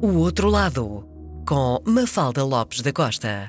O Outro Lado, com Mafalda Lopes da Costa.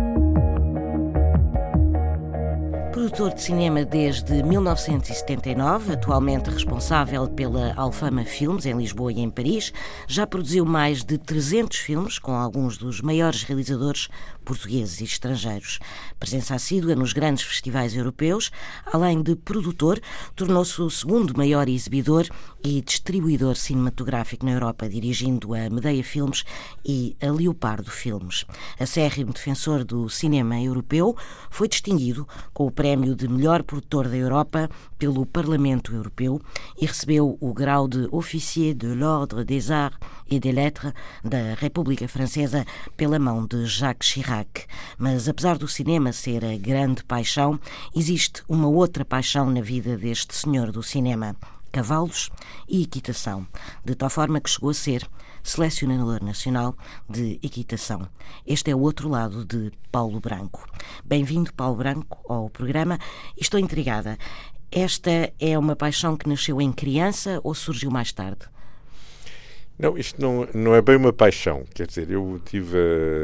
Produtor de cinema desde 1979, atualmente responsável pela Alfama Filmes em Lisboa e em Paris, já produziu mais de 300 filmes com alguns dos maiores realizadores portugueses e estrangeiros. Presença assídua nos grandes festivais europeus, além de produtor, tornou-se o segundo maior exibidor e distribuidor cinematográfico na Europa, dirigindo a Medeia Filmes e a Leopardo Filmes. Acérrimo defensor do cinema europeu, foi distinguido com o Prémio de Melhor Produtor da Europa pelo Parlamento Europeu e recebeu o grau de Officier de l'Ordre des Arts et des Lettres da República Francesa pela mão de Jacques Chirac. Mas apesar do cinema ser a grande paixão, existe uma outra paixão na vida deste senhor do cinema: cavalos e equitação, de tal forma que chegou a ser selecionador nacional de equitação. Este é o outro lado de Paulo Branco. Bem-vindo, Paulo Branco, ao programa. Estou intrigada. Esta é uma paixão que nasceu em criança ou surgiu mais tarde? Não, isto não é bem uma paixão. Quer dizer, eu tive,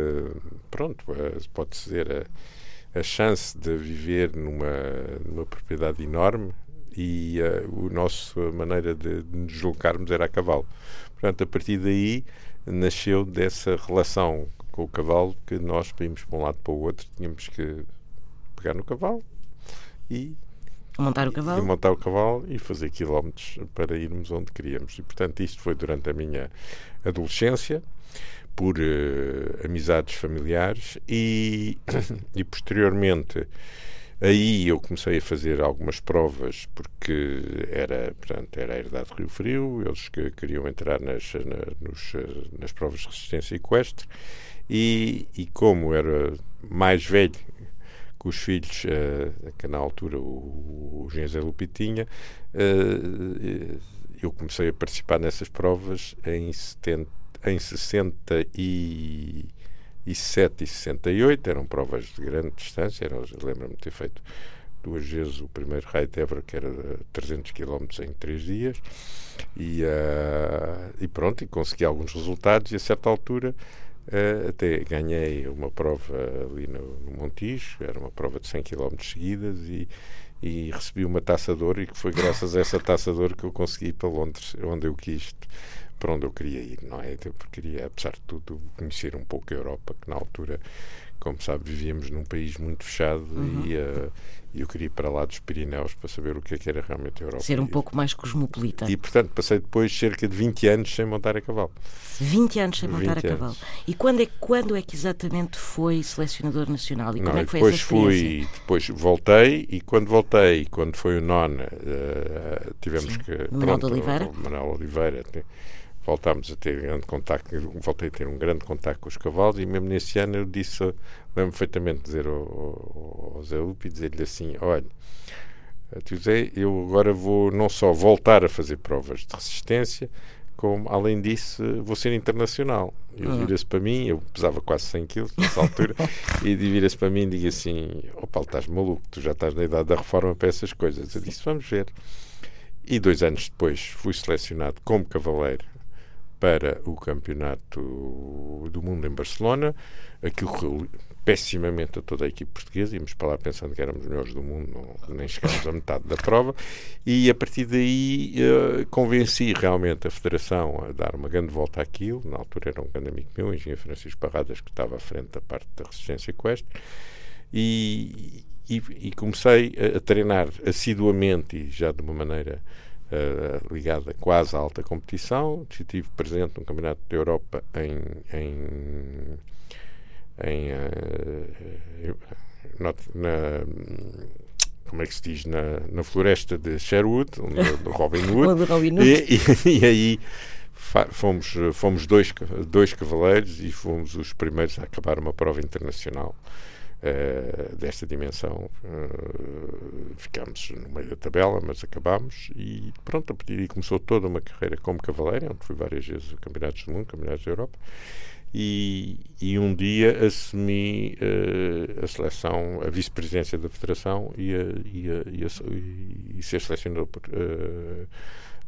pode-se dizer, a chance de viver numa propriedade enorme e a nossa maneira de nos deslocarmos era a cavalo. Portanto, a partir daí nasceu dessa relação com o cavalo que nós, para irmos para um lado para o outro, tínhamos que pegar no cavalo e montar o cavalo e fazer quilómetros para irmos onde queríamos. E, portanto, isto foi durante a minha adolescência, por amizades familiares e posteriormente aí eu comecei a fazer algumas provas porque era a herdade de Rio Frio, eles que queriam entrar nas provas de resistência equestre e como era mais velho que os filhos, que na altura o Engenheiro Zé Lupi tinha, eu comecei a participar nessas provas em 67 e 68, eram provas de grande distância. Lembro-me de ter feito 2 vezes o primeiro raio de Évora, que era 300 km em 3 dias, e pronto, e consegui alguns resultados, e a certa altura até ganhei uma prova ali no Montijo, era uma prova de 100 km seguidas, e recebi uma taça de ouro, e que foi graças a essa taça de ouro que eu consegui ir para Londres, onde eu quis, para onde eu queria ir, não é? Porque queria, apesar de tudo, conhecer um pouco a Europa, que na altura, como sabe, vivíamos num país muito fechado e eu queria ir para lá dos Pirineus para saber o que é que era realmente a Europa. Ser um pouco mais cosmopolita. E, portanto, passei depois cerca de 20 anos sem montar a cavalo. 20 anos sem montar a cavalo. E quando é que exatamente foi selecionador nacional? E como é que foi essa experiência? Depois voltei, e quando foi o Nona, tivemos que... Manuel de Oliveira. Manuel Oliveira. Voltámos a ter grande contacto, voltei a ter um grande contacto com os cavalos, e mesmo nesse ano eu lembro perfeitamente de dizer ao Zé Lupi, dizer-lhe assim: olha, tio Zé, eu agora vou não só voltar a fazer provas de resistência, como, além disso, vou ser internacional. Ele vira-se para mim, eu pesava quase 100 kg nessa altura, e vira-se para mim e diz assim: Paulo, estás maluco, tu já estás na idade da reforma para essas coisas. Eu disse: vamos ver. E 2 anos depois fui selecionado como cavaleiro para o Campeonato do Mundo em Barcelona. Aquilo correu pessimamente a toda a equipe portuguesa, íamos para lá pensando que éramos os melhores do mundo, nem chegámos a metade da prova, e a partir daí convenci realmente a Federação a dar uma grande volta àquilo. Na altura era um grande amigo meu, o engenheiro Francisco Barradas, que estava à frente da parte da resistência equestre, e comecei a treinar assiduamente e já de uma maneira ligada quase à alta competição. Estive presente no Campeonato da Europa como é que se diz, na floresta de Sherwood, do Robin Hood. E aí fomos dois cavaleiros e fomos os primeiros a acabar uma prova internacional desta dimensão. Ficámos no meio da tabela, mas acabámos, e pronto, a partir daí começou toda uma carreira como cavaleiro, onde fui várias vezes a Campeonatos do Mundo, Campeonatos da Europa, e um dia assumi a seleção, a vice-presidência da Federação e ser selecionador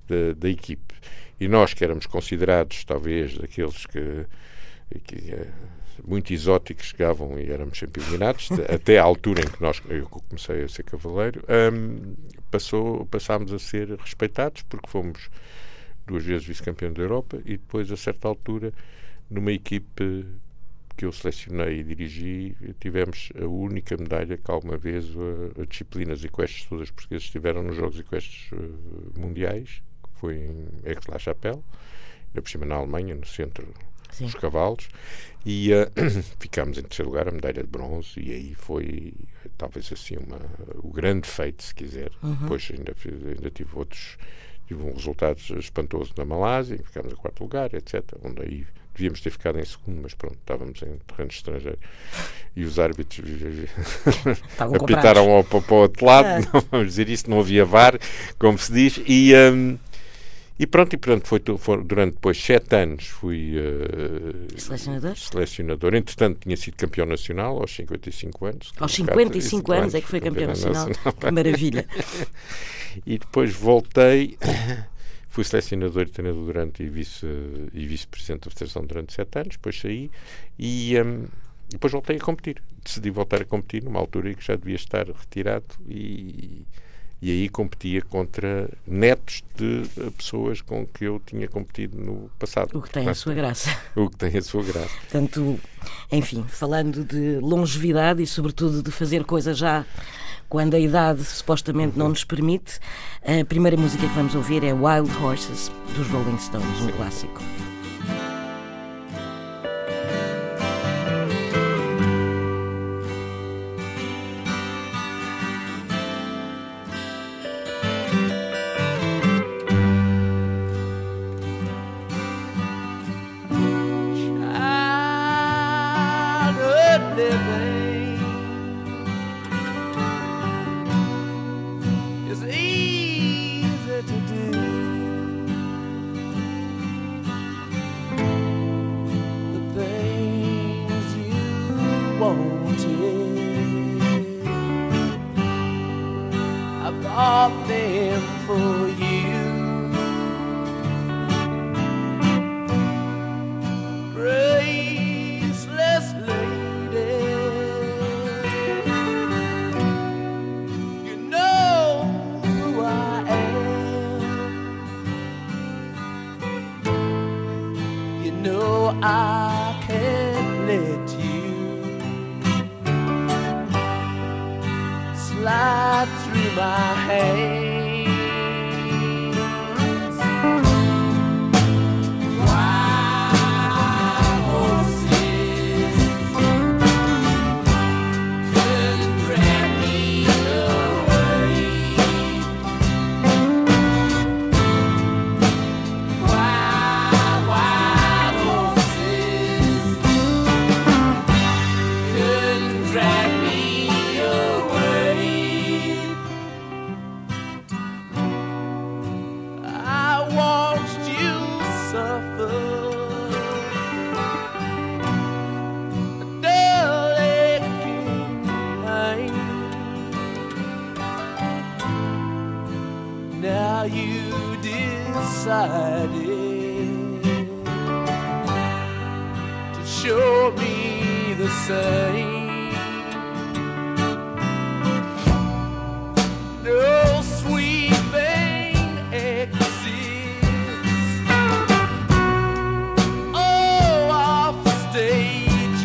da equipe. E nós, que éramos considerados, talvez, daqueles que muito exóticos, chegavam e éramos sempre eliminados, até à altura em que eu comecei a ser cavaleiro, passámos a ser respeitados, porque fomos 2 vezes vice-campeão da Europa e depois, a certa altura, numa equipe que eu selecionei e dirigi, tivemos a única medalha que alguma vez as disciplinas equestres todas portuguesas estiveram nos Jogos Equestres Mundiais, que foi em Aix-la-Chapelle, ainda por cima na Alemanha, no centro dos cavalos, e ficámos em terceiro lugar, a medalha de bronze, e aí foi talvez assim o grande feito, se quiser. Depois ainda tive um resultado espantoso na Malásia, ficámos em 4º lugar, etc., onde aí devíamos ter ficado em 2º, mas pronto, estávamos em terreno estrangeiro e os árbitros apitaram para o outro lado, não vamos dizer isso, não havia VAR, como se diz, e pronto, foi durante depois 7 anos fui selecionador. Entretanto, tinha sido campeão nacional aos 55 anos. Aos 55 anos é que foi campeão nacional. Que maravilha. E depois voltei, fui selecionador e treinador durante e vice-presidente da Federação durante 7 anos, depois saí e depois voltei a competir. Decidi voltar a competir numa altura em que já devia estar retirado e aí competia contra netos de pessoas com que eu tinha competido no passado. O que tem a sua graça. O que tem a sua graça. Portanto, enfim, falando de longevidade e sobretudo de fazer coisas já quando a idade supostamente não nos permite, a primeira música que vamos ouvir é Wild Horses, dos Rolling Stones, um clássico. I can't let you slide through my hands. Wild horses couldn't drag me away. Wild horses couldn't drag me away. I watched you suffer a dull aching pain. Now you decided to show me the same. No sweeping exits, oh, off stage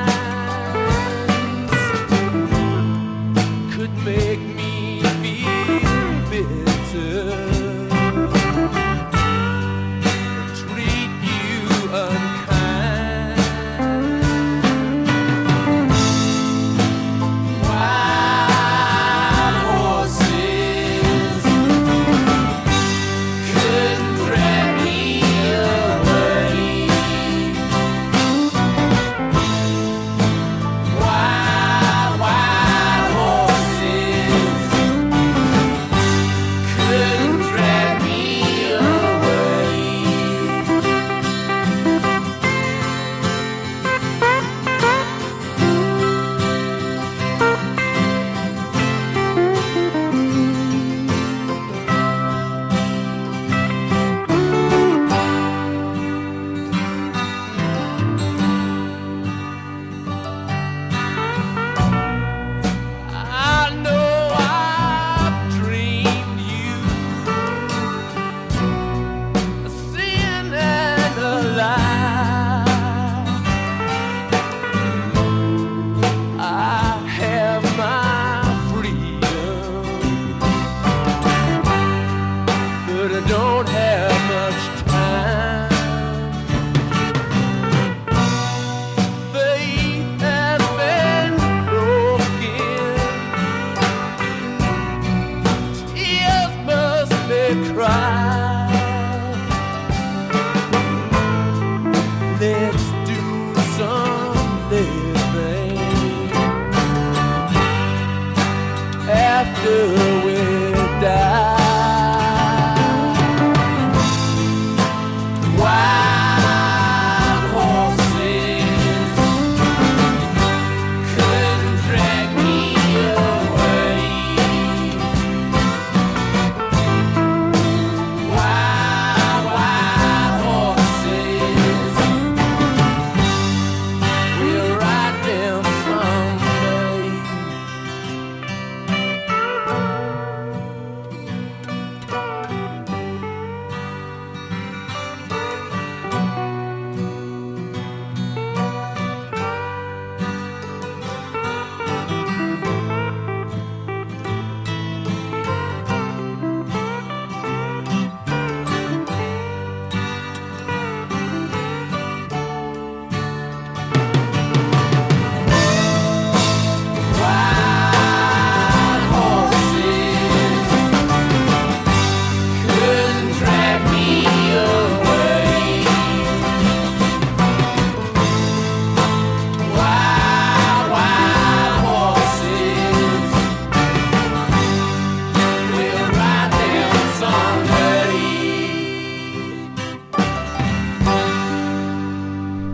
lines could make me feel bitter, treat you unkind.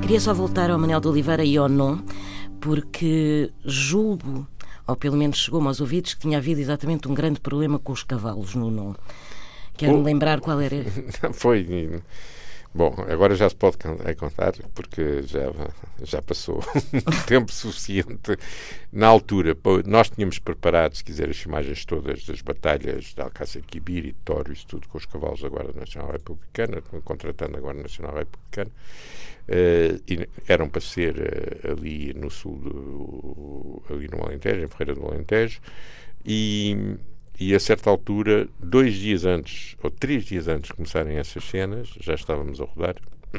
Queria só voltar ao Manel de Oliveira e ao Non, porque julgo, ou pelo menos chegou-me aos ouvidos, que tinha havido exatamente um grande problema com os cavalos no Non. Quero-me lembrar qual era. Foi. Bom, agora já se pode contar, porque já passou tempo suficiente. Na altura, nós tínhamos preparado, se quiser, as filmagens todas das batalhas de Alcácer Quibir e de Toro, isso tudo com os cavalos da Guarda Nacional Republicana, contratando a Guarda Nacional Republicana, e eram para ser ali no sul, ali no Alentejo, em Ferreira do Alentejo, e a certa altura, 2 dias antes, ou 3 dias antes de começarem essas cenas, já estávamos a rodar.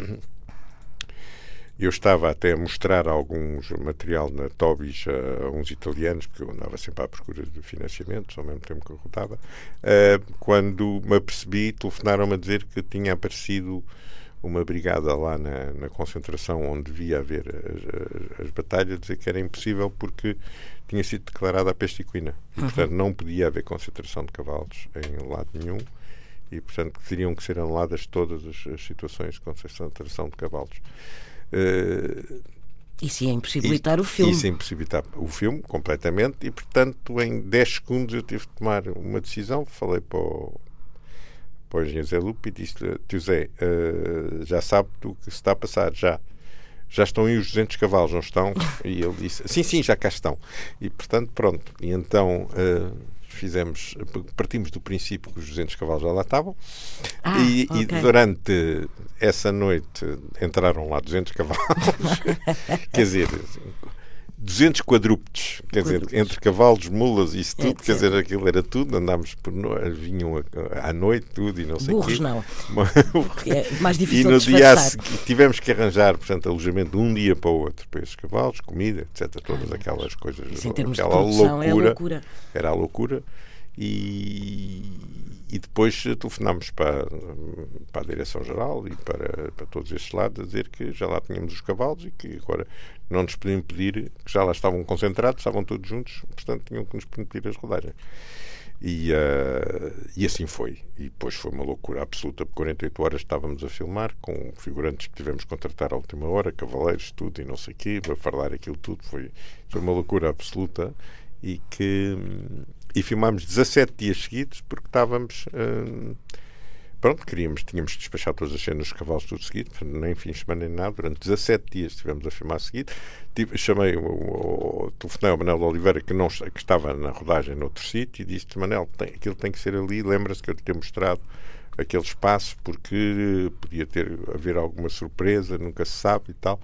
Eu estava até a mostrar alguns material na Tobis a uns italianos, porque eu andava sempre à procura de financiamentos, ao mesmo tempo que eu rodava. Quando me apercebi, telefonaram-me a dizer que tinha aparecido uma brigada lá na concentração onde devia haver as batalhas, dizer que era impossível porque tinha sido declarada a peste equina e, portanto, não podia haver concentração de cavalos em lado nenhum e, portanto, teriam que ser anuladas todas as situações de concentração de cavalos. Isso ia impossibilitar o filme. Isso ia impossibilitar o filme completamente e, portanto, em 10 segundos eu tive de tomar uma decisão. Falei para o engenheiro Zé Lupe e disse-lhe: Tio Zé, já sabe do que se está a passar, já estão aí os 200 cavalos, não estão? E ele disse: sim, já cá estão. E, portanto, pronto. E então partimos do princípio que os 200 cavalos já lá estavam. Okay. E durante essa noite entraram lá 200 cavalos. Quer dizer, 200 quadrúpedes, quer dizer, entre cavalos, mulas e isso tudo, quer dizer, aquilo era tudo, andámos vinham à noite, tudo e não sei o quê. Burros não. É mais difícil de disfarçar. E no dia tivemos que arranjar, portanto, alojamento de um dia para o outro para esses cavalos, comida, etc. Todas aquelas coisas. Isso, em termos aquela de produção, loucura. Era a loucura. E depois telefonámos para a Direção-Geral e para todos estes lados a dizer que já lá tínhamos os cavalos e que agora não nos podiam pedir, que já lá estavam concentrados, estavam todos juntos, portanto tinham que nos permitir as rodagens. E assim foi. E depois foi uma loucura absoluta. Por 48 horas estávamos a filmar com figurantes que tivemos que contratar à última hora, cavaleiros, tudo e não sei o quê, para falar aquilo tudo. Foi uma loucura absoluta e filmámos 17 dias seguidos porque estávamos tínhamos que despachar todas as cenas dos cavalos tudo seguido, nem fins de semana nem nada. Durante 17 dias estivemos a filmar seguido. Telefonei ao Manel de Oliveira que estava na rodagem noutro sítio e disse: Manel, aquilo tem que ser ali, lembra-se que eu lhe ter mostrado aquele espaço porque podia haver alguma surpresa, nunca se sabe e tal.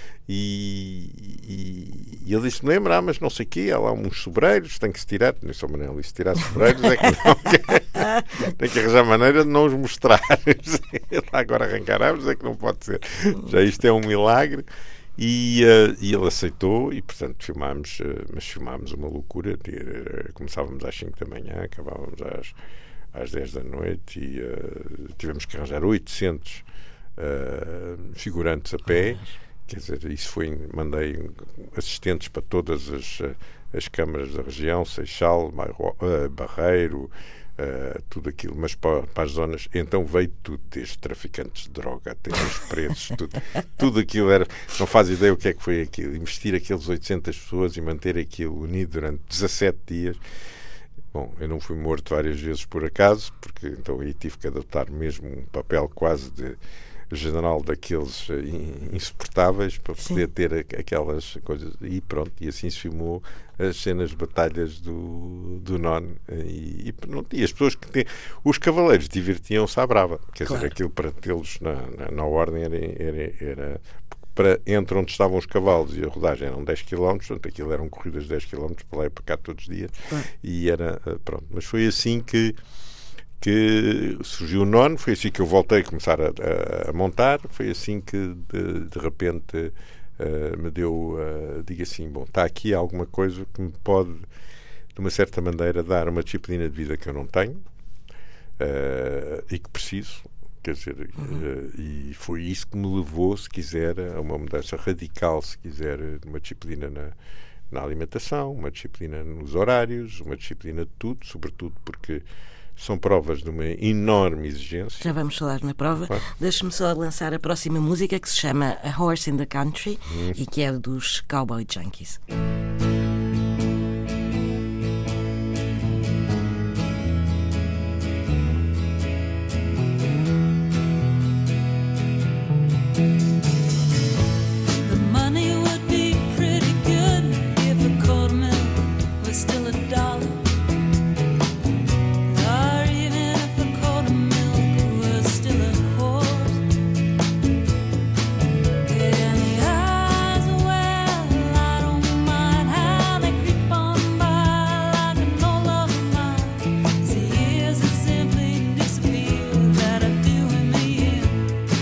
E ele disse: lembra, mas não sei o quê, há lá uns sobreiros, tem que se tirar. Eu disse ao Manel: e se tirar sobreiros é que não tem que arranjar maneira de não os mostrar. Agora arrancar árvores é que não pode ser. Já isto é um milagre. E ele aceitou e, portanto, filmámos, mas filmámos uma loucura. Começávamos às 5 da manhã, acabávamos às 10 da noite e tivemos que arranjar 800 figurantes a pé. Quer dizer, mandei assistentes para todas as câmaras da região, Seixal, Barreiro, tudo aquilo, mas para as zonas. Então veio tudo, desde traficantes de droga até os presos, tudo aquilo era. Não faz ideia o que é que foi aquilo. Investir aqueles 800 pessoas e manter aquilo unido durante 17 dias. Bom, eu não fui morto várias vezes por acaso, porque então aí tive que adotar mesmo um papel quase de general daqueles insuportáveis para poder ter aquelas coisas. E pronto, e assim se filmou as cenas de batalhas do Non. E as pessoas os cavaleiros divertiam-se à brava. Quer dizer, aquilo para tê-los na ordem era entre onde estavam os cavalos e a rodagem eram 10 km, portanto aquilo eram corridas de 10 km para lá e para cá todos os dias. E era, pronto, mas foi assim que surgiu o Non, foi assim que eu voltei a começar a montar, foi assim que de repente me deu, digo assim, bom, está aqui alguma coisa que me pode, de uma certa maneira, dar uma disciplina de vida que eu não tenho e que preciso, quer dizer, e foi isso que me levou, se quiser, a uma mudança radical, se quiser, de uma disciplina na alimentação, uma disciplina nos horários, uma disciplina de tudo, sobretudo porque São provas de uma enorme exigência. Já vamos falar na prova. Claro. Deixe-me só lançar a próxima música, que se chama A Horse in the Country e que é dos Cowboy Junkies. The money would be pretty good if a quart of milk was still $1. Or even if a quart of milk was still a quart. And the eyes, well, I don't mind how they creep on by like an old love of mine. It's the years that simply disappear that are doing me in.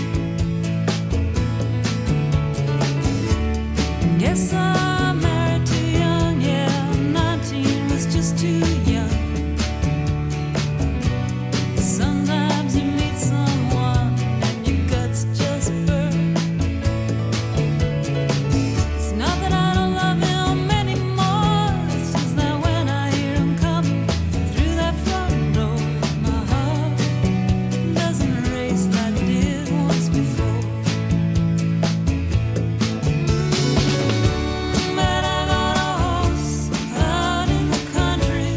Guess I'm married too young, yeah, 19 was just too young. Sometimes you meet someone and your guts just burn. It's not that I don't love him anymore, it's just that when I hear him coming through that front door, my heart doesn't race like it did once before. But I got a horse out in the country.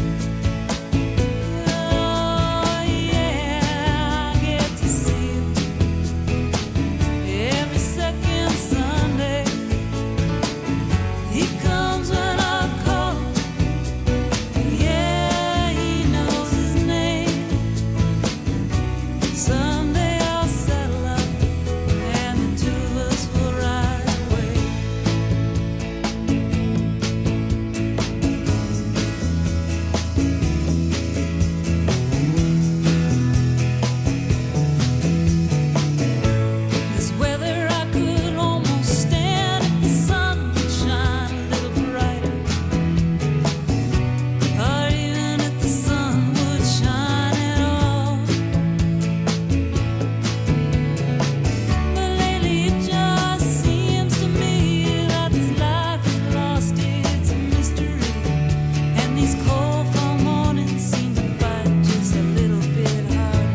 Oh yeah, I get to see him every second Sunday. He comes when I call. Yeah, he knows his name. Someday I'll settle up and the two of us will ride away. This weather I could almost stand if the sun would shine a little brighter. Or even if the sun would shine at all. But lately it just seems to me that this life is lost its mystery. And these cold fall mornings seem to bite just a little bit harder.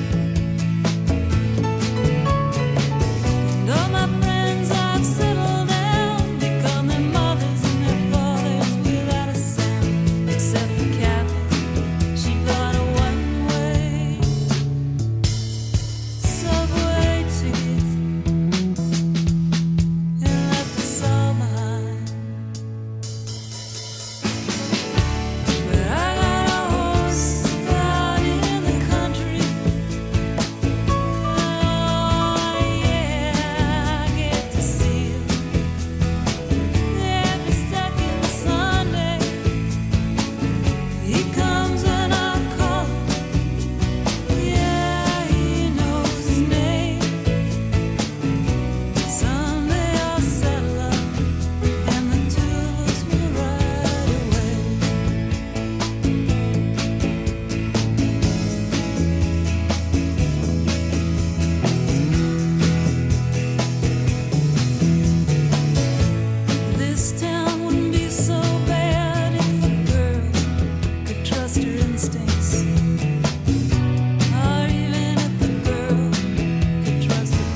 And all my friends have settled down, become their mothers and their fathers without a sound. Except for Kathy, she bought a one-way subway ticket and left us all behind. But I got a horse out in the country. Oh yeah, I get to see him every second Sunday. He comes when I call. Yeah, he knows his name. Someday I'll settle up and the two of us will ride away. This town wouldn't be so bad if a girl could trust her instincts. Or even if the girl could trust the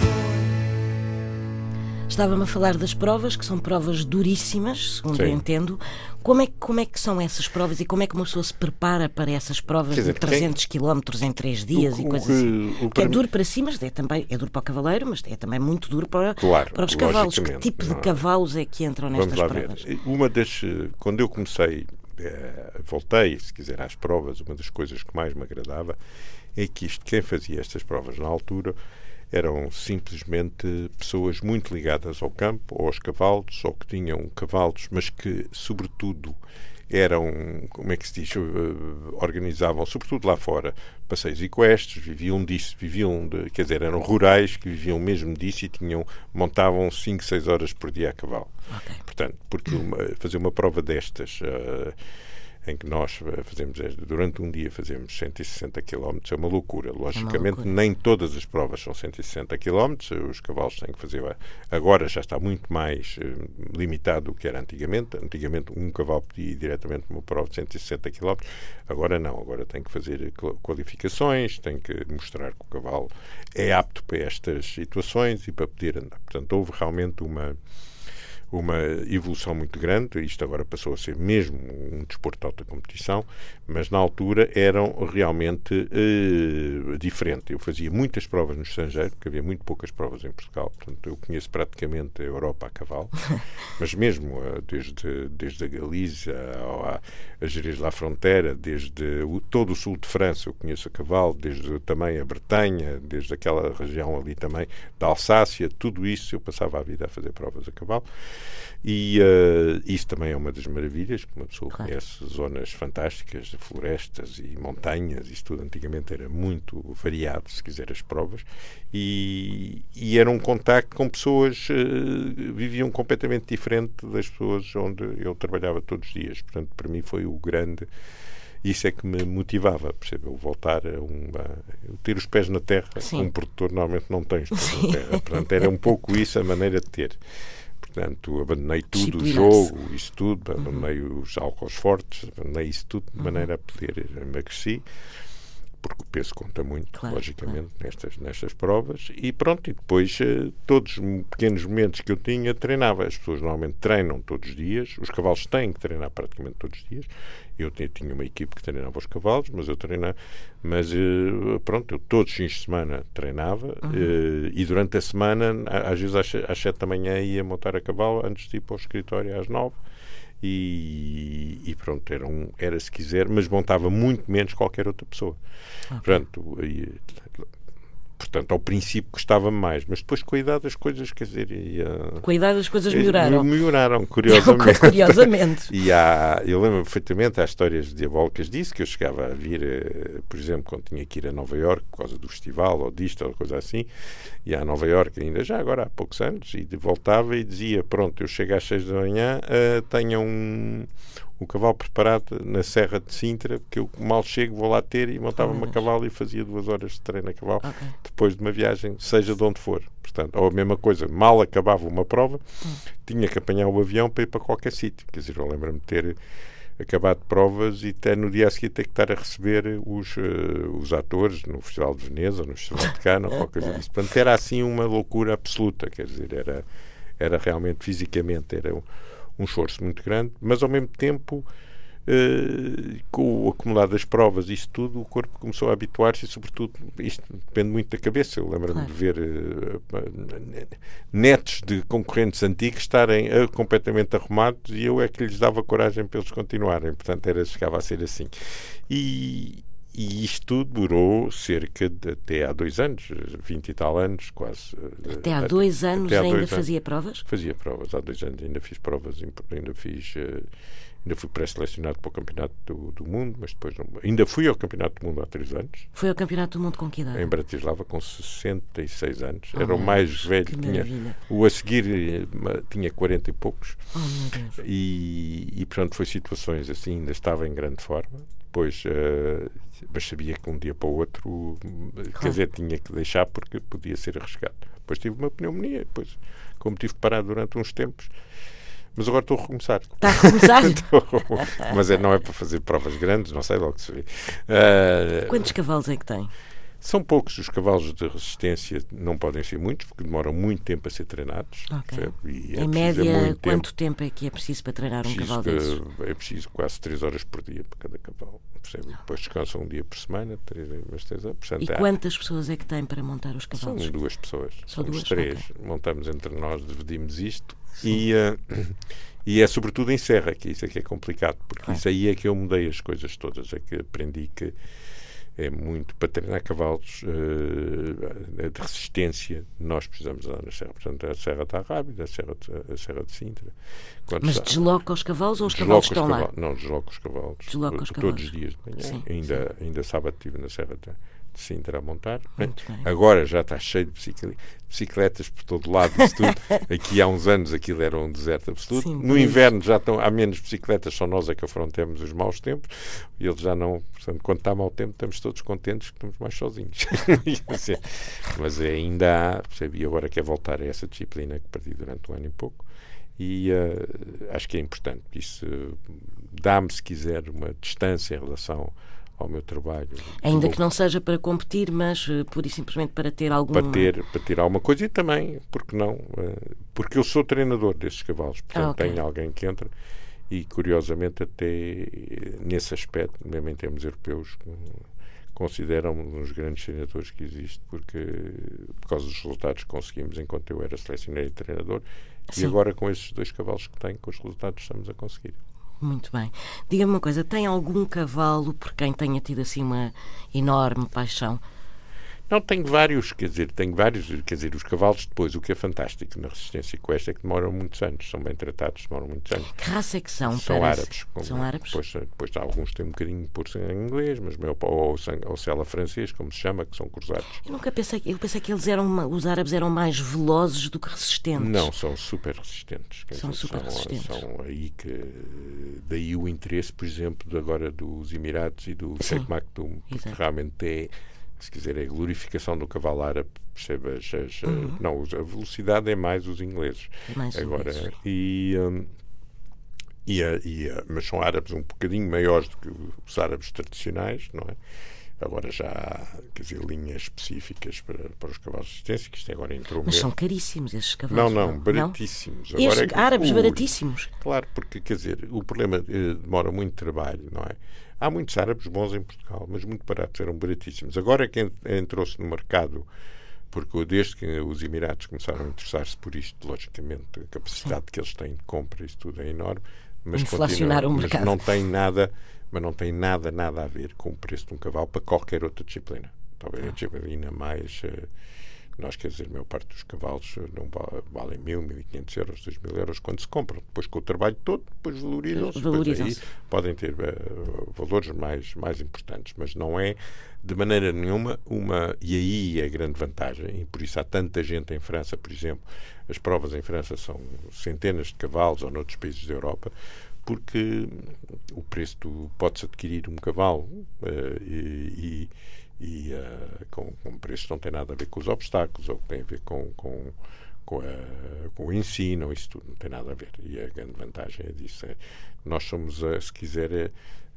boy. Estava-me a falar das provas, que são provas duríssimas, segundo Sim. eu entendo. Como é que são essas provas e como é que uma pessoa se prepara para essas provas Quer dizer, de 300 quilómetros em 3 dias e coisas assim? o Que é para duro para si, mas é duro para o cavaleiro, mas é também muito duro para, Claro, para os cavalos. Que logicamente, tipo de não é? cavalos é que entram nestas Vamos lá provas? ver. Quando eu comecei, voltei, se quiser, às provas, uma das coisas que mais me agradava é que quem fazia estas provas na altura eram simplesmente pessoas muito ligadas ao campo, ou aos cavalos, ou que tinham cavalos, mas que, sobretudo, eram, como é que se diz, organizavam, sobretudo lá fora, passeios equestres, viviam disso, quer dizer, eram rurais que viviam mesmo disso e montavam 5, 6 horas por dia a cavalo. Ok. Portanto, porque fazer uma prova destas em que nós fazemos, durante um dia fazemos 160 km, é uma loucura. Logicamente, nem todas as provas são 160 km, os cavalos têm que fazer, agora já está muito mais limitado do que era antigamente. Antigamente um cavalo podia ir diretamente para uma prova de 160 km, agora não, agora tem que fazer qualificações, tem que mostrar que o cavalo é apto para estas situações e para poder andar. Portanto, houve realmente uma evolução muito grande. Isto agora passou a ser mesmo um desporto de alta competição, mas na altura eram realmente diferente. Eu fazia muitas provas no estrangeiro, porque havia muito poucas provas em Portugal, portanto eu conheço praticamente a Europa a cavalo, mas mesmo desde a Galiza a Jerez de la Fronteira, desde todo o sul de França eu conheço a cavalo, desde também a Bretanha, desde aquela região ali também da Alsácia, tudo isso eu passava a vida a fazer provas a cavalo. E isso também é uma das maravilhas, que uma pessoa conhece zonas fantásticas, de florestas e montanhas, isso tudo antigamente era muito variado, se quiser, as provas, e era um contacto com pessoas viviam completamente diferente das pessoas onde eu trabalhava todos os dias. Portanto, para mim foi o grande... Isso é que me motivava, percebe? Eu voltar eu ter os pés na terra, como produtor normalmente não tem os pés na terra. Portanto, era um pouco isso a maneira de ter. Portanto, abandonei tudo, o jogo, isso tudo, abandonei os álcools fortes, abandonei isso tudo, de maneira a poder emagreci, porque o peso conta muito, logicamente, nestas provas, e pronto, e depois todos os pequenos momentos que eu tinha, treinava. As pessoas normalmente treinam todos os dias, os cavalos têm que treinar praticamente todos os dias. Eu tinha uma equipe que treinava os cavalos, mas eu treinava, pronto, eu todos os fins de semana treinava, e durante a semana, às vezes às 7 da manhã ia montar a cavalo, antes de ir para o escritório às 9, e pronto, era se quiser, mas montava muito menos qualquer outra pessoa. Portanto, ao princípio gostava-me mais, mas depois com a idade as coisas, quer dizer... Com a idade as coisas melhoraram. Melhoraram, curiosamente. Curiosamente. Eu lembro perfeitamente, há histórias diabólicas disso, que eu chegava a vir, por exemplo, quando tinha que ir a Nova Iorque por causa do festival, ou disto, ou coisa assim, e a Nova Iorque ainda já agora há poucos anos, e voltava e dizia, pronto, eu chego às 6 da manhã, tenho o cavalo preparado na Serra de Sintra, porque eu mal chego, vou lá ter, e montava-me a cavalo e fazia 2 horas de treino a cavalo, depois de uma viagem, seja de onde for. Portanto, ou a mesma coisa, mal acabava uma prova, tinha que apanhar o avião para ir para qualquer sítio. Quer dizer, eu lembro-me de ter acabado provas e até no dia a seguir ter que estar a receber os atores no Festival de Veneza, no Festival de Cannes, ou qualquer coisa disso. Portanto, era assim uma loucura absoluta, quer dizer, era realmente, fisicamente, era um esforço muito grande, mas ao mesmo tempo, com o acumulado das provas, isso tudo, o corpo começou a habituar-se, e sobretudo, isto depende muito da cabeça. Eu lembro-me de ver netos de concorrentes antigos estarem completamente arrumados, e eu é que lhes dava coragem para eles continuarem. Portanto, chegava a ser assim. E isto tudo durou cerca de até há 2 anos, 20 e tal anos, quase. Até há 2 anos ainda fazia provas? Fazia provas, há 2 anos ainda fiz provas, ainda fui pré-selecionado para o Campeonato do Mundo, mas depois ainda fui ao Campeonato do Mundo há 3 anos. Foi ao Campeonato do Mundo com que idade? Em Bratislava, com 66 anos. Era o mais velho que tinha. O a seguir tinha 40 e poucos. Oh, meu Deus. E portanto, foi situações assim, ainda estava em grande forma. Depois, mas sabia que um dia para o outro, quer dizer, tinha que deixar porque podia ser arriscado. Depois tive uma pneumonia, depois, como tive que parar durante uns tempos, mas agora estou a recomeçar. Está a recomeçar? Mas não é para fazer provas grandes, não sei logo se vê. Quantos cavalos é que tem? São poucos. Os cavalos de resistência não podem ser muitos, porque demoram muito tempo a ser treinados. Em média, quanto tempo é que é preciso para treinar um cavalo desses? É preciso quase 3 horas por dia para cada cavalo. Percebe? Depois descansam um dia por semana, 3 horas. Portanto, e quantas pessoas é que tem para montar os cavalos? São 2 pessoas. São 2? 3. Montamos entre nós, dividimos isto. E é sobretudo em serra, que isso é que é complicado, porque isso aí é que eu mudei as coisas todas, é que aprendi que é muito para treinar cavalos de resistência, nós precisamos andar na serra. Portanto, a serra está rápida, a serra de Sintra. Mas desloca os cavalos ou os cavalos estão lá? Não, desloca os cavalos. Desloca os todos cavalos. os dias de manhã. Sim, ainda sábado estive na serra de Sintra a montar. Muito bem. Agora já está cheio de bicicletas por todo lado, isso tudo. Aqui há uns anos aquilo era um deserto absoluto. Sim, No inverno já há menos bicicletas, só nós é que afrontamos os maus tempos, e eles já não. Portanto, quando está mau tempo, estamos todos contentes que estamos mais sozinhos. Assim, mas ainda há, percebe? E agora quer voltar a essa disciplina que perdi durante um ano e pouco. E acho que é importante. Isso dá-me, se quiser, uma distância em relação ao meu trabalho. Ainda que não seja para competir, mas pura e simplesmente para ter algum... Para ter alguma coisa, e também, porque não? Porque eu sou treinador desses cavalos, portanto ok. tenho alguém que entra, e curiosamente até nesse aspecto, mesmo em termos europeus, consideram-me um dos grandes treinadores que existe, porque por causa dos resultados que conseguimos enquanto eu era selecionador e treinador. Sim. E agora com esses 2 cavalos que tenho, com os resultados estamos a conseguir. Muito bem. Diga-me uma coisa, tem algum cavalo por quem tenha tido assim uma enorme paixão? Não, tenho vários, quer dizer, os cavalos depois, o que é fantástico na resistência equestre é que demoram muitos anos, são bem tratados, demoram muitos anos. Que raça é que são? São parece? árabes. São árabes? Depois alguns têm um bocadinho por em inglês, mas ou sela francês, como se chama, que são cruzados. Eu pensei que os árabes eram mais velozes do que resistentes. Não, são super resistentes. Quer São dizer, super resistentes. São aí que... Daí o interesse, por exemplo, agora dos Emirados e do Sheikh Maktoum, porque Exato. realmente é, se quiser, é a glorificação do cavalo árabe, percebe? Não, a velocidade é mais os ingleses. É mais os Agora, ingleses. mas são árabes um bocadinho maiores do que os árabes tradicionais, não é? Agora já há, quer dizer, linhas específicas para os cavalos de resistência, que isto agora entrou Mas mesmo. são caríssimos esses cavalos. Não, baratíssimos. Estes Agora é que- árabes baratíssimos. Claro, porque, quer dizer, o problema demora muito trabalho, não é? Há muitos árabes bons em Portugal, mas muito baratos, eram baratíssimos. Agora é que entrou-se no mercado, porque desde que os Emirados começaram a interessar-se por isto, logicamente, a capacidade que eles têm de compra, isso tudo é enorme, mas Inflacionar o mas mercado. não tem nada a ver com o preço de um cavalo para qualquer outra disciplina. Talvez a disciplina mais... nós, quer dizer, a maior parte dos cavalos não valem 1.000, 1.500 euros, 2.000 euros quando se compram. Depois, com o trabalho todo, depois valorizam-se. Depois aí podem ter valores mais importantes, mas não é de maneira nenhuma uma... E aí é a grande vantagem, e por isso há tanta gente em França, por exemplo. As provas em França são centenas de cavalos, ou noutros países da Europa, porque o preço pode-se adquirir um cavalo com preços que não tem nada a ver com os obstáculos, ou que tem a ver com o ensino, isso tudo não tem nada a ver. E a grande vantagem é disso. Nós somos, se quiser,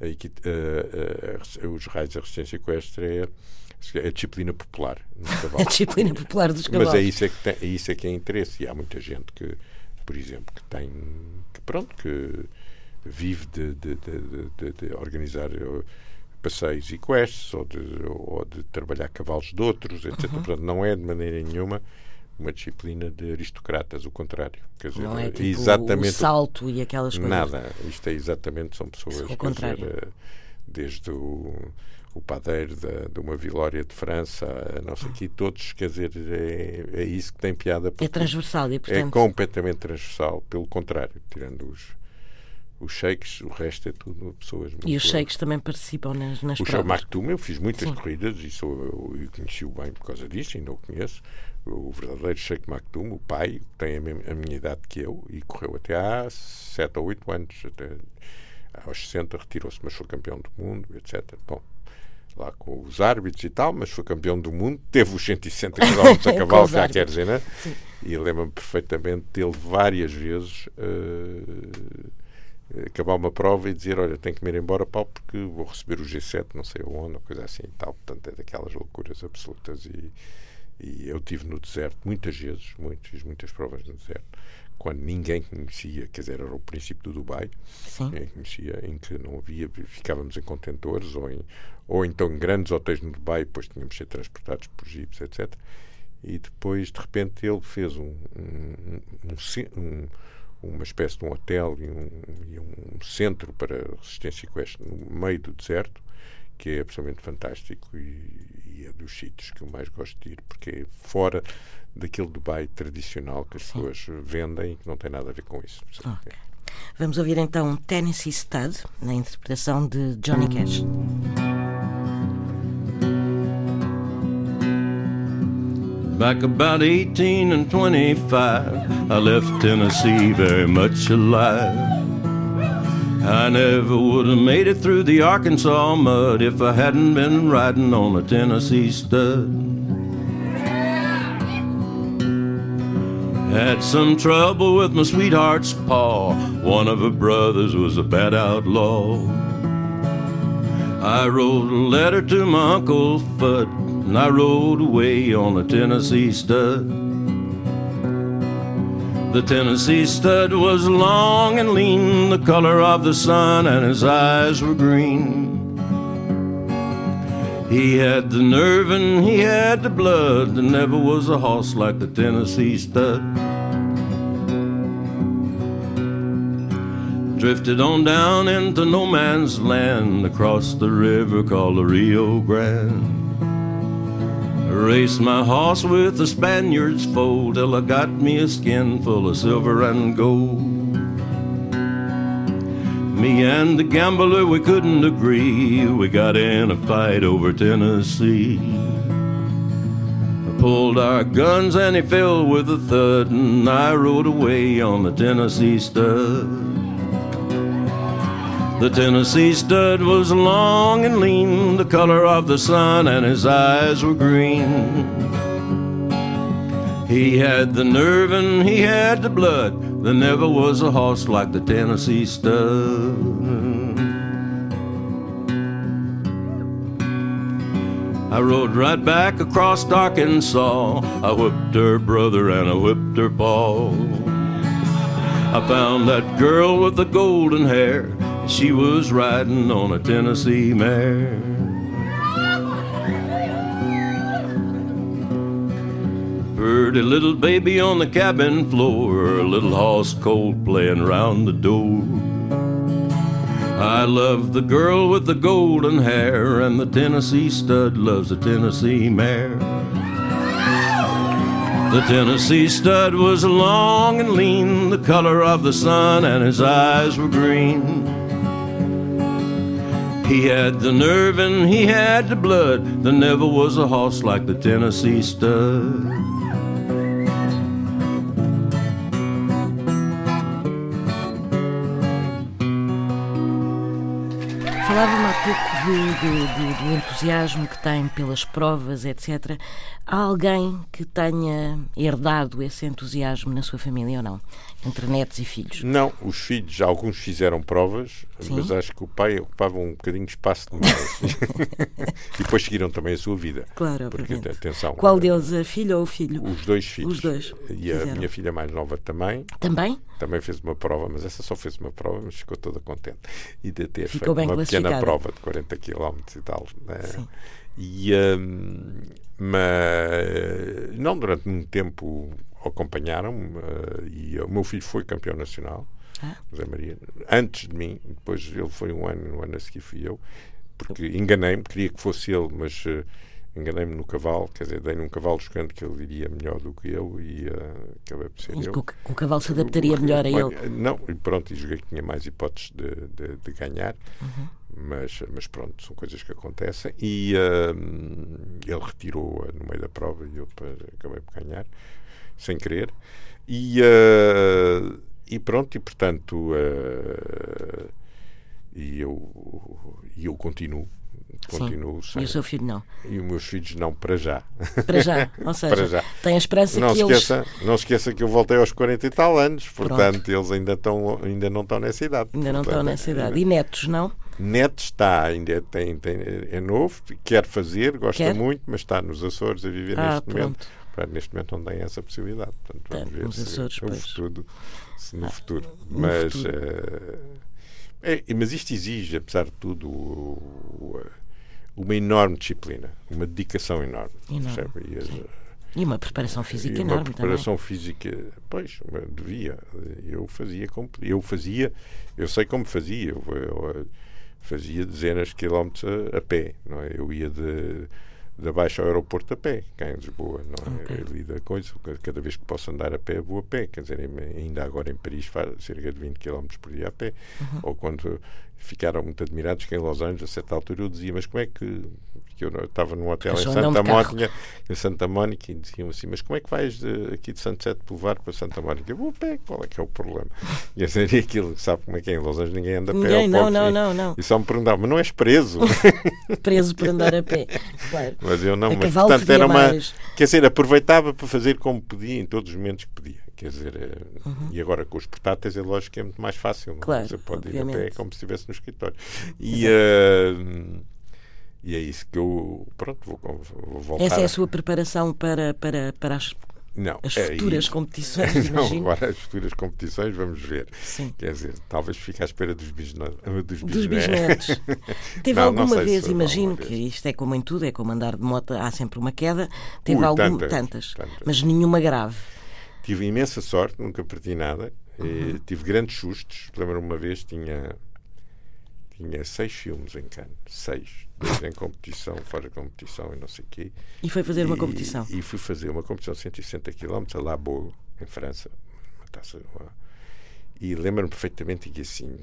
os raios da resistência equestre é a disciplina popular nos cavalos. A disciplina popular dos cavalos. Mas é isso que é interesse. E há muita gente que, por exemplo, que vive de organizar passeios equestres ou de trabalhar cavalos de outros, etc. Portanto, não é de maneira nenhuma uma disciplina de aristocratas, o contrário. Quer dizer, Não é tipo exatamente o salto e aquelas coisas. nada. Isto é exatamente, são pessoas, Ao quer contrário. dizer, desde o padeiro de uma vilória de França, a não sei aqui, todos, quer dizer, é isso que tem piada. É transversal e, É portanto... completamente transversal, pelo contrário, tirando os sheiks, o resto é tudo pessoas muito... E os sheiks também participam nas O Sheikh provas. Maktoum, eu fiz muitas Sim. corridas e eu conheci-o bem por causa disso, ainda o conheço. O verdadeiro Sheikh Maktoum, o pai, que tem a minha idade que eu, e correu até há 7 ou 8 anos, até aos 60 retirou-se, mas foi campeão do mundo, etc. Bom, lá com os árbitros e tal, mas foi campeão do mundo, teve os 160 km a Com cavalo, os já árbitros. quer dizer, né? Sim. E lembro-me perfeitamente dele várias vezes acabar uma prova e dizer, olha, tenho que me ir embora, Paulo, porque vou receber o G7, não sei onde, ou coisa assim e tal. Portanto, é daquelas loucuras absolutas. E eu estive no deserto muitas vezes, fiz muitas provas no deserto, quando ninguém conhecia, quer dizer, era o princípio do Dubai, Sim. ninguém conhecia, em que não havia, ficávamos em contentores ou então em grandes hotéis no Dubai, depois tínhamos de ser transportados por jipes, etc. E depois, de repente, ele fez uma espécie de um hotel e um centro para resistência equestre no meio do deserto, que é absolutamente fantástico e é dos sítios que eu mais gosto de ir, porque é fora daquele Dubai tradicional que as pessoas vendem e que não tem nada a ver com isso. Ok. Vamos ouvir então Tennessee Stud, na interpretação de Johnny Cash. Back about 18 and 25, I left Tennessee very much alive. I never would have made it through the Arkansas mud if I hadn't been riding on a Tennessee stud. Had some trouble with my sweetheart's paw. One of her brothers was a bad outlaw. I wrote a letter to my Uncle Fudd, and I rode away on a Tennessee stud. The Tennessee stud was long and lean, the color of the sun, and his eyes were green. He had the nerve and he had the blood. There never was a horse like the Tennessee stud. Drifted on down into no man's land, across the river called the Rio Grande. Raced my horse with the Spaniard's foal till I got me a skin full of silver and gold. Me and the gambler, we couldn't agree. We got in a fight over Tennessee. I pulled our guns and he fell with a thud, and I rode away on the Tennessee stud. The Tennessee stud was long and lean, the color of the sun, and his eyes were green. He had the nerve and he had the blood. There never was a horse like the Tennessee stud. I rode right back across Arkansas. I whipped her brother and I whipped her paw. I found that girl with the golden hair. She was riding on a Tennessee mare. Heard a little baby on the cabin floor, a little horse cold playing round the door. I love the girl with the golden hair, and the Tennessee stud loves the Tennessee mare. The Tennessee stud was long and lean, the color of the sun, and his eyes were green. He had the nerve and he had the blood. There never was a horse like the Tennessee stud. Falava-me há pouco do entusiasmo que tem pelas provas, etc. Há alguém que tenha herdado esse entusiasmo na sua família ou não? Entre netos e filhos? Não, os filhos, alguns fizeram provas, Sim. mas acho que o pai ocupava um bocadinho de espaço demais. E depois seguiram também a sua vida. Claro, Porque, obviamente. atenção, Qual deles, a filha ou o filho? os dois filhos. Os dois E a fizeram. minha filha mais nova também. Também? Também fez uma prova, mas essa só fez uma prova, mas ficou toda contente. E de ter Ficou feito bem uma pequena classificada. prova de 40 km e tal. Né? Sim. E, mas não durante muito tempo acompanharam-me, e o meu filho foi campeão nacional, José Maria, antes de mim. Depois ele foi um ano a seguir fui eu, porque enganei-me, queria que fosse ele, mas enganei-me no cavalo, quer dizer, dei-lhe um cavalo jogante que ele iria melhor do que eu, e acabei por ser E eu. que o cavalo se adaptaria melhor a ele. Não, e pronto, e joguei que tinha mais hipóteses de ganhar. Mas pronto, são coisas que acontecem. E ele retirou no meio da prova e eu acabei por ganhar sem querer. E pronto, e portanto eu continuo Sim. E o seu filho não? E os meus filhos não, para já. Para já, ou seja, Para já. tem a esperança Não que se eles... esqueça, não se esqueça que eu voltei aos 40 e tal anos, portanto eles ainda não estão nessa idade. Ainda não estão nessa idade. E netos, não? Neto está, ainda é novo, quer fazer, gosta muito, mas está nos Açores a viver neste momento. Portanto, neste momento não tem essa possibilidade. Portanto, vamos ver nos Açores, no futuro. Mas isto exige, apesar de tudo, uma enorme disciplina, uma dedicação enorme. E uma preparação física e enorme uma preparação física, pois, devia. Eu sei como fazia. Eu fazia dezenas de quilómetros a pé, não é? Eu ia de Baixa ao aeroporto a pé, cá em Lisboa, não é? Okay. Ali da coisa, cada vez que posso andar a pé, vou a pé, quer dizer, ainda agora em Paris faz cerca de 20 km por dia a pé. Ou quando ficaram muito admirados que em Los Angeles, a certa altura, eu dizia, mas como é que que eu estava num hotel Mas em só andam de Santa Mónica, e diziam assim, mas como é que vais aqui de Sunset Boulevard para Santa Mónica? Eu vou a pé, qual é que é o problema? E a dizer aquilo, sabe como é que é? Em Los Angeles ninguém anda a pé. Ninguém, ao não, pobre, não. E só me perguntavam, mas não és preso? Preso por andar a pé. Claro. Mas eu não, A mas cavalo portanto fedia era uma. mais. Quer dizer, aproveitava para fazer como podia, em todos os momentos que podia. Quer dizer, e agora com os portáteis é lógico que é muito mais fácil. Não? Claro, Você pode ir a obviamente. pé como se estivesse no escritório. E é isso que eu. Pronto, vou voltar. Essa é a sua preparação para Não, as é futuras isso. competições, Não, imagino. agora as futuras competições, vamos ver. Sim. Quer dizer, talvez fique à espera dos bisnetos. Dos bisnetos. Teve Não, não alguma sei vez, se imagino alguma que vez. isto é como em tudo, é como andar de moto, há sempre uma queda. Teve Tantas. mas nenhuma grave. Tive imensa sorte, nunca perdi nada. Tive grandes sustos. Lembro-me uma vez, tinha 6 filmes em Cannes. 6. 2 em competição, fora de competição e não sei o quê. E foi fazer uma competição. E fui fazer uma competição de 160 km a La Baule, em França. E lembro-me perfeitamente que assim,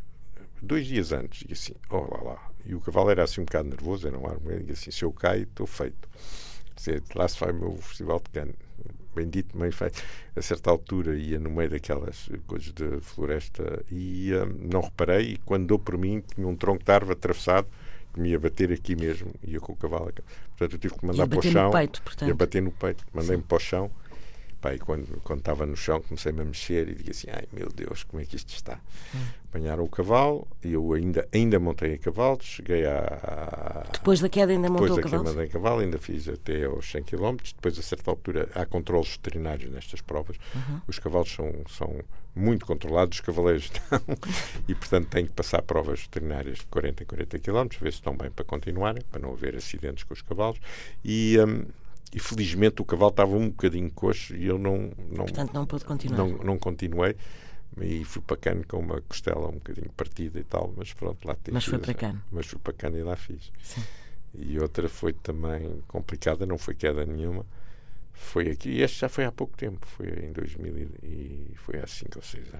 2 dias antes, e assim, lá. E o cavalo era assim um bocado nervoso, era um armeiro, e assim, se eu caio, estou feito. Quer dizer, lá se vai o meu festival de Cannes. Bendito, bem feito. A certa altura ia no meio daquelas coisas de floresta e não reparei, e quando dou por mim tinha um tronco de árvore atravessado que me ia bater aqui mesmo, ia com o cavalo. Portanto, eu tive que mandar para o chão. Ia bater no peito, mandei-me para o chão. Pá, e quando estava no chão comecei-me a mexer e digo assim, ai meu Deus, como é que isto está? Apanharam o cavalo e eu ainda montei a cavalo, cheguei Depois da queda ainda montou o Depois da cavalo? queda montei a cavalo, ainda fiz até aos 100 km, depois a certa altura há controles veterinários nestas provas, os cavalos são muito controlados, os cavaleiros não, e portanto têm que passar provas veterinárias de 40 em 40 km, ver se estão bem para continuarem, para não haver acidentes com os cavalos, e felizmente o cavalo estava um bocadinho coxo e eu não Portanto, não pôde continuar. não continuei e fui para Cannes com uma costela um bocadinho partida e tal, mas pronto, lá tive. Mas foi para Cannes. Mas fui para Cannes e lá fiz. Sim. E outra foi também complicada, não foi queda nenhuma, foi aqui, e este já foi há pouco tempo, foi em 2000 e foi há 5 ou 6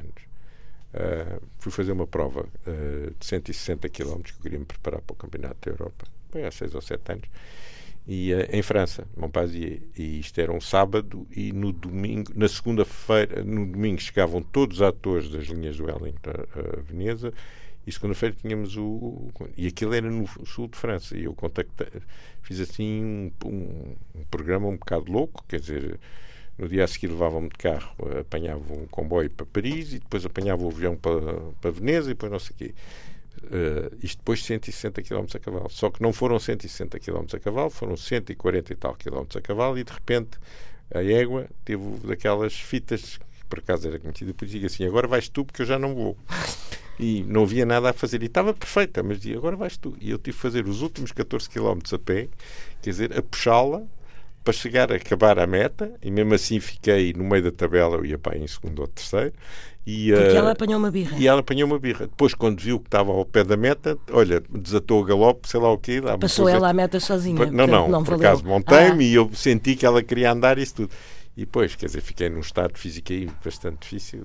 anos. Fui fazer uma prova de 160 km que eu queria me preparar para o Campeonato da Europa, foi há 6 ou 7 anos, e em França, Montpellier, e isto era um sábado, e no domingo, na segunda-feira, no domingo chegavam todos os atores das linhas do Wellington a Veneza, e segunda-feira tínhamos e aquilo era no sul de França, e eu contactei, fiz assim um programa um bocado louco, quer dizer, no dia a seguir levavam-me de carro, apanhava um comboio para Paris, e depois apanhava o avião para Veneza, e depois não sei o quê. Isto depois de 160 km a cavalo, só que não foram 160 km a cavalo, foram 140 e tal km a cavalo, e de repente a égua teve daquelas fitas que por acaso era conhecida, por digo assim, agora vais tu porque eu já não vou, e não havia nada a fazer, e estava perfeita, mas dizia, agora vais tu, e eu tive que fazer os últimos 14 km a pé, quer dizer, a puxá-la para chegar a acabar a meta, e mesmo assim fiquei no meio da tabela, eu ia para aí em segundo ou terceiro, e, Porque ela apanhou uma birra. E ela apanhou uma birra. Depois, quando viu que estava ao pé da meta, olha, desatou o galope, sei lá o quê. Passou ela à meta sozinha. Não, por acaso montei-me e eu senti que ela queria andar e isso tudo. E depois, quer dizer, fiquei num estado físico aí bastante difícil.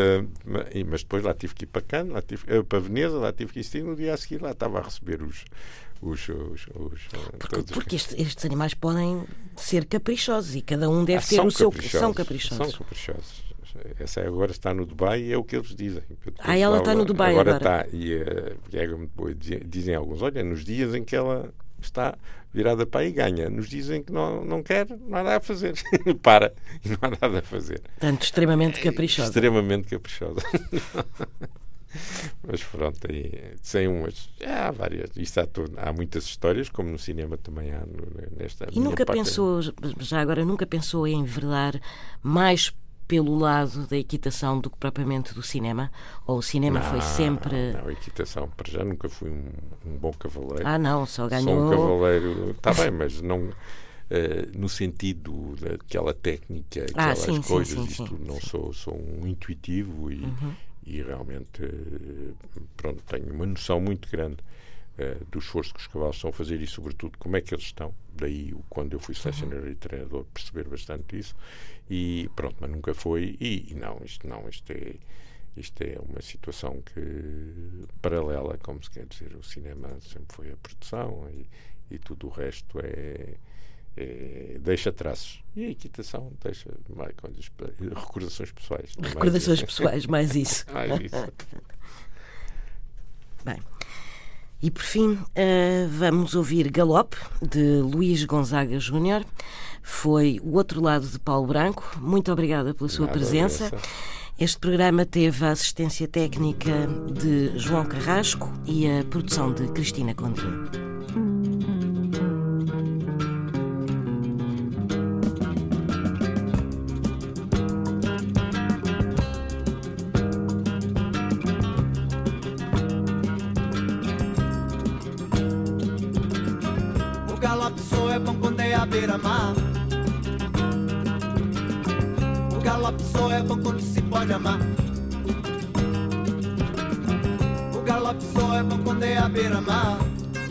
Mas depois lá tive que ir para Cannes, para Veneza, lá tive que ir, e no dia a seguir lá estava a receber porque estes animais podem ser caprichosos e cada um deve ter o seu. São caprichosos. São caprichosos. Essa agora está no Dubai e é o que eles dizem. Ela está no Dubai agora. Está. E é muito boa. Dizem alguns, olha, nos dias em que ela está virada para aí ganha, nos dizem que não quer, não há nada a fazer. Para, e não há nada a fazer. Portanto, extremamente caprichosa. Extremamente caprichosa. Mas pronto, aí, sem umas, há várias. Há muitas histórias, como no cinema também há nesta. E nunca pensou, já agora, nunca pensou em enverdar mais pelo lado da equitação do que propriamente do cinema? Ou o cinema foi sempre... Não, a equitação, para já nunca fui um bom cavaleiro. Não, só ganhou... Sou um cavaleiro, está bem, mas não... no sentido daquela técnica, aquelas coisas, isto não sou um intuitivo e realmente pronto, tenho uma noção muito grande do esforço que os cavalos estão a fazer e sobretudo como é que eles estão. Daí quando eu fui selecionador e treinador perceber bastante isso e pronto, mas nunca foi isto é uma situação que paralela, como se quer dizer, o cinema sempre foi a produção e tudo o resto deixa traços. E a equitação deixa mais coisas, recordações pessoais. Recordações pessoais, mais isso. Mais isso. Bem, e por fim vamos ouvir Galope, de Luís Gonzaga Júnior. Foi o outro lado de Paulo Branco. Muito obrigada pela sua presença. Este programa teve a assistência técnica de João Carrasco e a produção de Cristina Condinho. O galope só é bom quando é à beira-mar. O galope só é bom quando se pode amar. O galope só é bom quando é à beira-mar.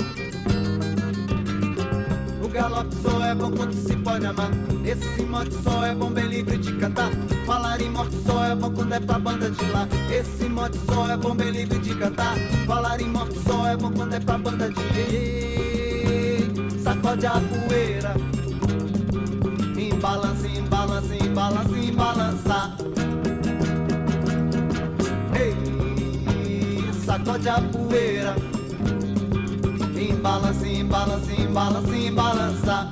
O galope só é bom quando se pode amar. Esse mote só é bom bem livre de cantar. Falar em morte só é bom quando é pra banda de lá. Esse mote só é bom bem livre de cantar. Falar em morte só é bom quando é pra banda de sacode a poeira. Embalança, embalança, embalança, embalança. Ei, sacode a poeira. Embalança, embalança, embalança, embalança.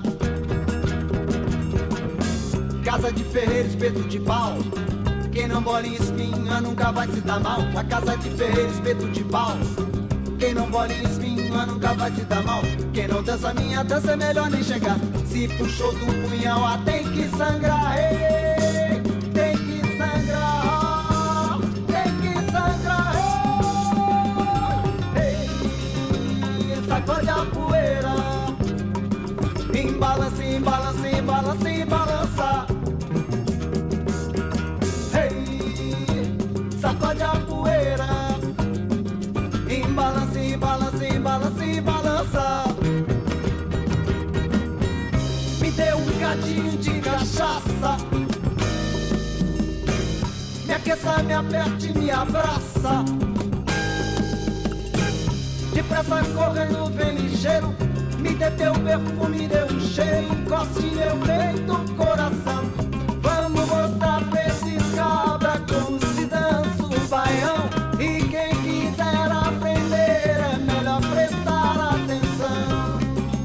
Casa de ferreiro, espeto de pau. Quem não bola em espinha nunca vai se dar mal. A casa de ferreiro, espeto de pau. Quem não bola em espinha nunca vai se dar mal. Quem não dança minha dança é melhor nem chegar. Se puxou do punhal, tem que sangrar. Ei, tem que sangrar. Tem que sangrar. Ei, sacode a poeira. Embalança, embalança, embalança, embalança. Ei, sacode a poeira. Embalança, embalança, embalança, embalança. Me dê um bocadinho de cachaça. Me aqueça, me aperte, me abraça. Depressa correndo, vem ligeiro. Me dê teu perfume, dê um cheiro. Encoste meu peito, coração. Vamos mostrar pra esses cabra como se dança o baião. E quem quiser aprender é melhor prestar atenção.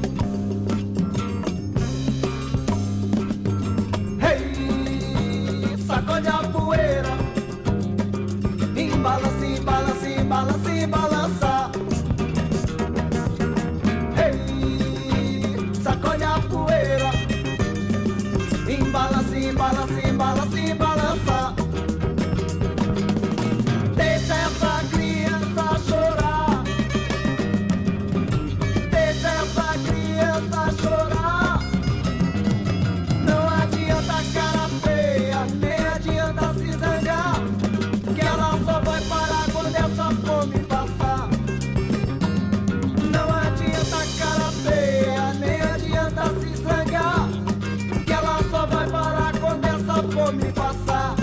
Hey, sacode a poeira. Embalança, embalança, embalança, embalança. Hey, sacode a poeira. Embalança, embalança, embalança, embalança. Deixa essa criança chorar. Deixa essa criança chorar. Não adianta cara feia, nem adianta se zangar, que ela só vai parar quando essa fome passar. Não adianta cara feia, nem adianta se zangar, que ela só vai parar quando essa fome passar.